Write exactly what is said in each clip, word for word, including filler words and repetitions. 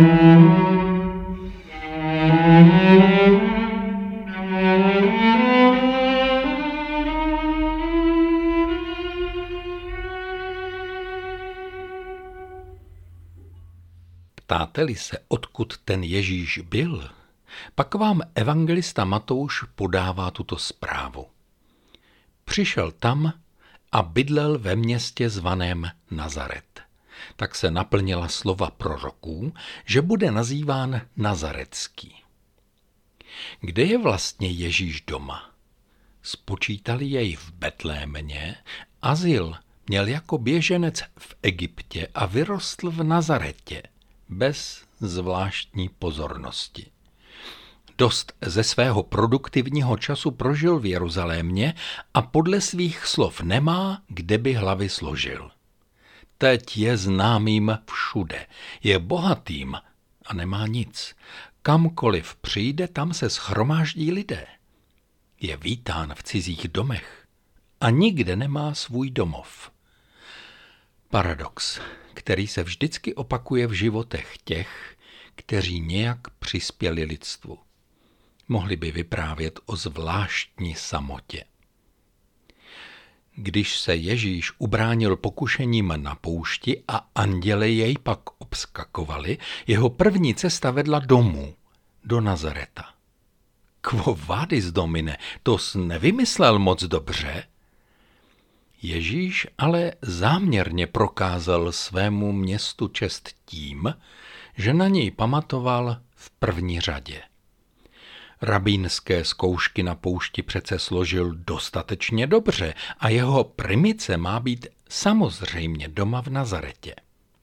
Ptáte-li se, odkud ten Ježíš byl, pak vám evangelista Matouš podává tuto zprávu. Přišel tam a bydlel ve městě zvaném Nazaret. Tak se naplnila slova proroků, že bude nazýván Nazaretský. Kde je vlastně Ježíš doma? Spočítali jej v Betlémě, azyl měl jako běženec v Egyptě a vyrostl v Nazaretě, bez zvláštní pozornosti. Dost ze svého produktivního času prožil v Jeruzalémě a podle svých slov nemá, kde by hlavy složil. Teď je známým všude, je bohatým a nemá nic. Kamkoliv přijde, tam se shromáždí lidé. Je vítán v cizích domech a nikde nemá svůj domov. Paradox, který se vždycky opakuje v životech těch, kteří nějak přispěli lidstvu. Mohli by vyprávět o zvláštní samotě. Když se Ježíš ubránil pokušením na poušti a anděle jej pak obskakovali, jeho první cesta vedla domů, do Nazareta. Quo vadis, Domine, to jsi nevymyslel moc dobře? Ježíš ale záměrně prokázal svému městu čest tím, že na něj pamatoval v první řadě. Rabínské zkoušky na poušti přece složil dostatečně dobře a jeho primice má být samozřejmě doma v Nazaretě.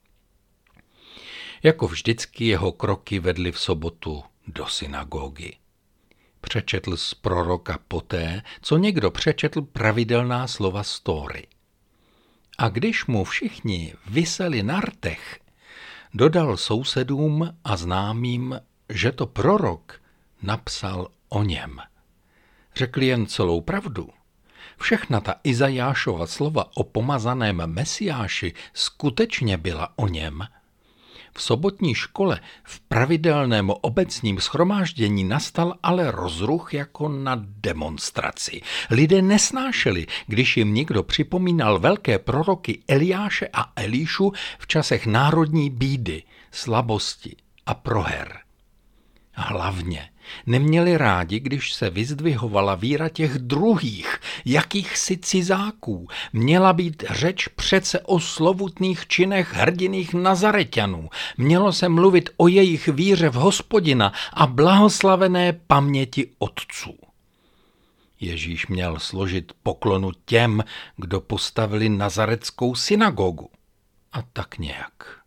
Jako vždycky jeho kroky vedly v sobotu do synagogy. Přečetl z proroka poté, co někdo přečetl pravidelná slova z Tóry. A když mu všichni viseli na rtech, dodal sousedům a známým, že to prorok napsal o něm. Řekli jen celou pravdu. Všechna ta Izajášova slova o pomazaném Mesiáši skutečně byla o něm. V sobotní škole v pravidelném obecním shromáždění nastal ale rozruch jako na demonstraci. Lidé nesnášeli, když jim někdo připomínal velké proroky Eliáše a Elíšu v časech národní bídy, slabosti a proher. Hlavně neměli rádi, když se vyzdvihovala víra těch druhých, jakýchsi cizáků. Měla být řeč přece o slovutných činech hrdinných Nazareťanů. Mělo se mluvit o jejich víře v Hospodina a blahoslavené paměti otců. Ježíš měl složit poklonu těm, kdo postavili nazaretskou synagogu. A tak nějak.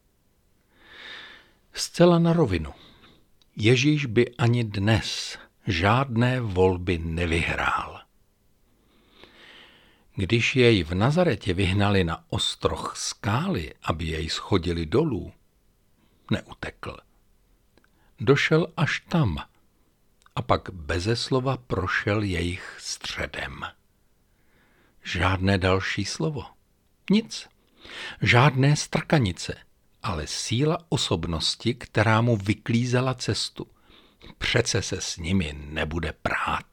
Zcela na rovinu. Ježíš by ani dnes žádné volby nevyhrál. Když jej v Nazaretě vyhnali na ostroh skály, aby jej schodili dolů, neutekl. Došel až tam a pak beze slova prošel jejich středem. Žádné další slovo. Nic. Žádné strkanice. Ale síla osobnosti, která mu vyklízela cestu. Přece se s nimi nebude prát.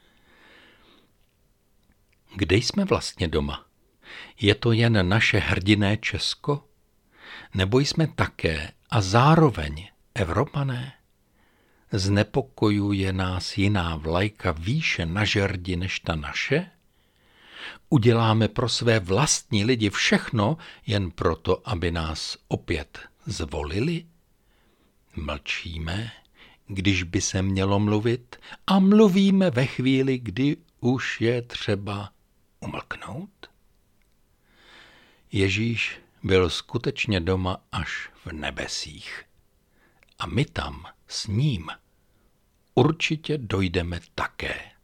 Kde jsme vlastně doma? Je to jen naše hrdinné Česko? Nebo jsme také a zároveň Evropané? Znepokojuje nás jiná vlajka výše na žerdi než ta naše? Uděláme pro své vlastní lidi všechno jen proto, aby nás opět zvolili? Mlčíme, když by se mělo mluvit, a mluvíme ve chvíli, kdy už je třeba umlknout? Ježíš byl skutečně doma až v nebesích. A my tam s ním určitě dojdeme také.